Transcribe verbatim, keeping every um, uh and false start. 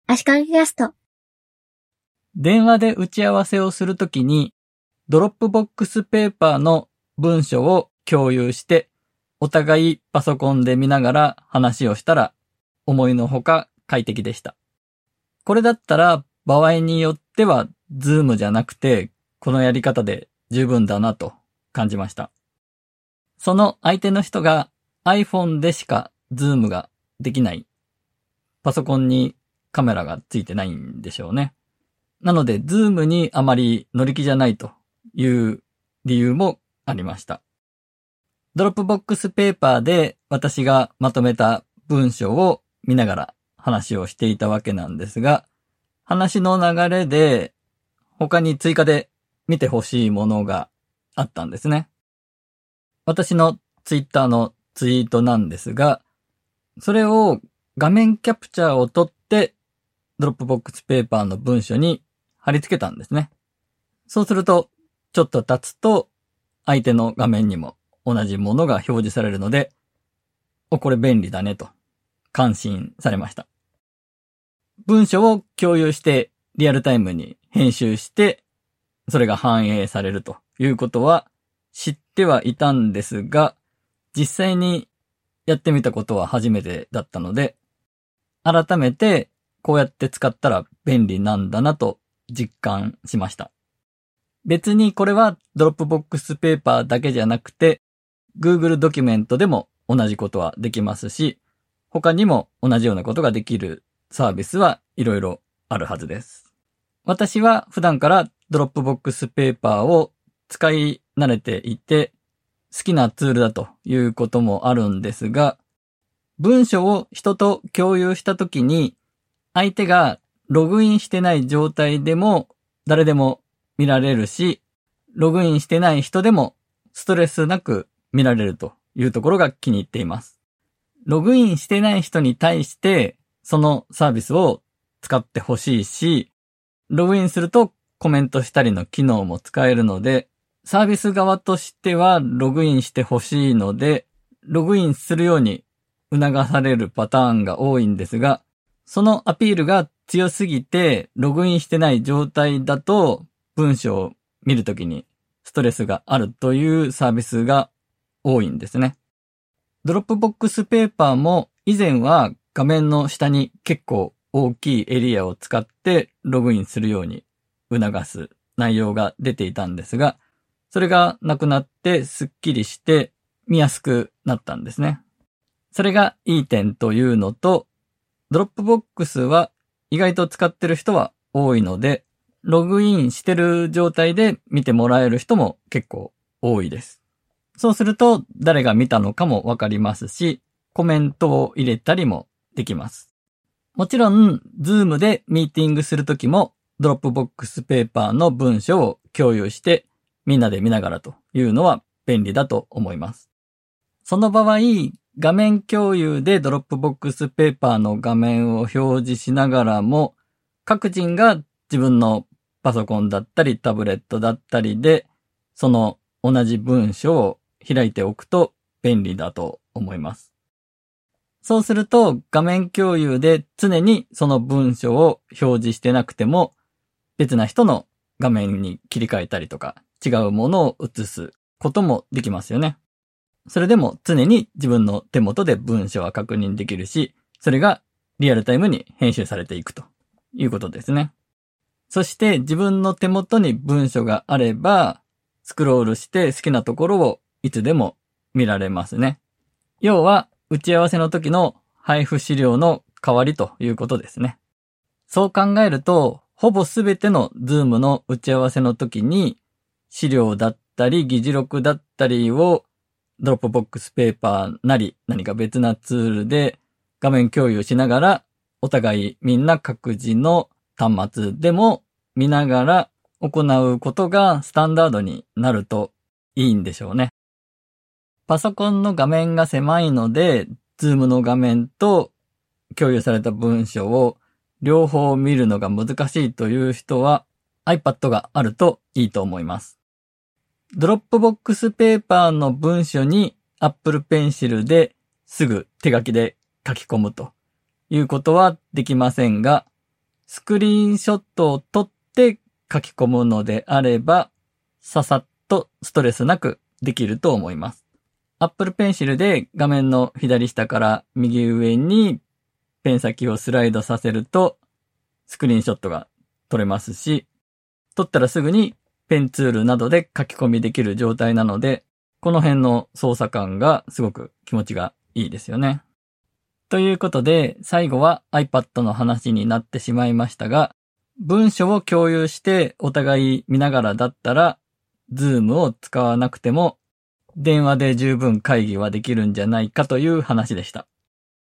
足利キャスト。 電話で打ち合わせをするときに、ドロップボックスペーパーの文書を共有して、お互いパソコンで見ながら話をしたら、思いのほか快適でした。これだったら、場合によっては、ズームじゃなくて、このやり方で十分だなと感じました。その相手の人が iPhone でしかズームができない。パソコンにカメラがついてないんでしょうね。なので、ズームにあまり乗り気じゃないという理由もありました。ドロップボックスペーパーで私がまとめた文章を見ながら話をしていたわけなんですが、話の流れで他に追加で見てほしいものがあったんですね。私のツイッターのツイートなんですが、それを画面キャプチャーを取ってドロップボックスペーパーの文書に貼り付けたんですね。そうすると、ちょっと経つと相手の画面にも同じものが表示されるので、お、これ便利だねと感心されました。文章を共有してリアルタイムに編集して、それが反映されるということは知ってはいたんですが、実際にやってみたことは初めてだったので、改めてこうやって使ったら便利なんだなと実感しました。別にこれはドロップボックスペーパーだけじゃなくて、Google ドキュメントでも同じことはできますし、他にも同じようなことができるサービスはいろいろあるはずです。私は普段からドロップボックスペーパーを使い慣れていて、好きなツールだということもあるんですが、文章を人と共有したときに、相手がログインしてない状態でも誰でも見られるし、ログインしてない人でもストレスなく見られるというところが気に入っています。ログインしてない人に対してそのサービスを使ってほしいし、ログインするとコメントしたりの機能も使えるので、サービス側としてはログインしてほしいので、ログインするように促されるパターンが多いんですが、そのアピールが強すぎてログインしてない状態だと文章を見るときにストレスがあるというサービスが多いんですね。ドロップボックスペーパーも以前は画面の下に結構大きいエリアを使ってログインするように促す内容が出ていたんですが、それがなくなってスッキリして見やすくなったんですね。それがいい点というのと、ドロップボックスは意外と使ってる人は多いので、ログインしてる状態で見てもらえる人も結構多いです。そうすると誰が見たのかもわかりますし、コメントを入れたりもできます。もちろん、Zoom でミーティングするときも、ドロップボックスペーパーの文書を共有してみんなで見ながらというのは便利だと思います。その場合、画面共有でドロップボックスペーパーの画面を表示しながらも、各人が自分のパソコンだったりタブレットだったりで、その同じ文書を開いておくと便利だと思います。そうすると画面共有で常にその文書を表示してなくても、別な人の画面に切り替えたりとか違うものを映すこともできますよね。それでも常に自分の手元で文章は確認できるし、それがリアルタイムに編集されていくということですね。そして自分の手元に文章があれば、スクロールして好きなところをいつでも見られますね。要は打ち合わせの時の配布資料の代わりということですね。そう考えると、ほぼすべての Zoom の打ち合わせの時に資料だったり議事録だったりをドロップボックスペーパーなり何か別なツールで画面共有しながらお互いみんな各自の端末でも見ながら行うことがスタンダードになるといいんでしょうね。パソコンの画面が狭いので Zoom の画面と共有された文章を両方見るのが難しいという人は iPad があるといいと思います。ドロップボックスペーパーの文書に Apple Pencil ですぐ手書きで書き込むということはできませんが、 スクリーンショットを撮って書き込むのであれば、ささっとストレスなくできると思います。Apple Pencil で画面の左下から右上にペン先をスライドさせるとスクリーンショットが撮れますし、撮ったらすぐにペンツールなどで書き込みできる状態なので、この辺の操作感がすごく気持ちがいいですよね。ということで、最後は iPad の話になってしまいましたが、文書を共有してお互い見ながらだったら、Zoom を使わなくても電話で十分会議はできるんじゃないかという話でした。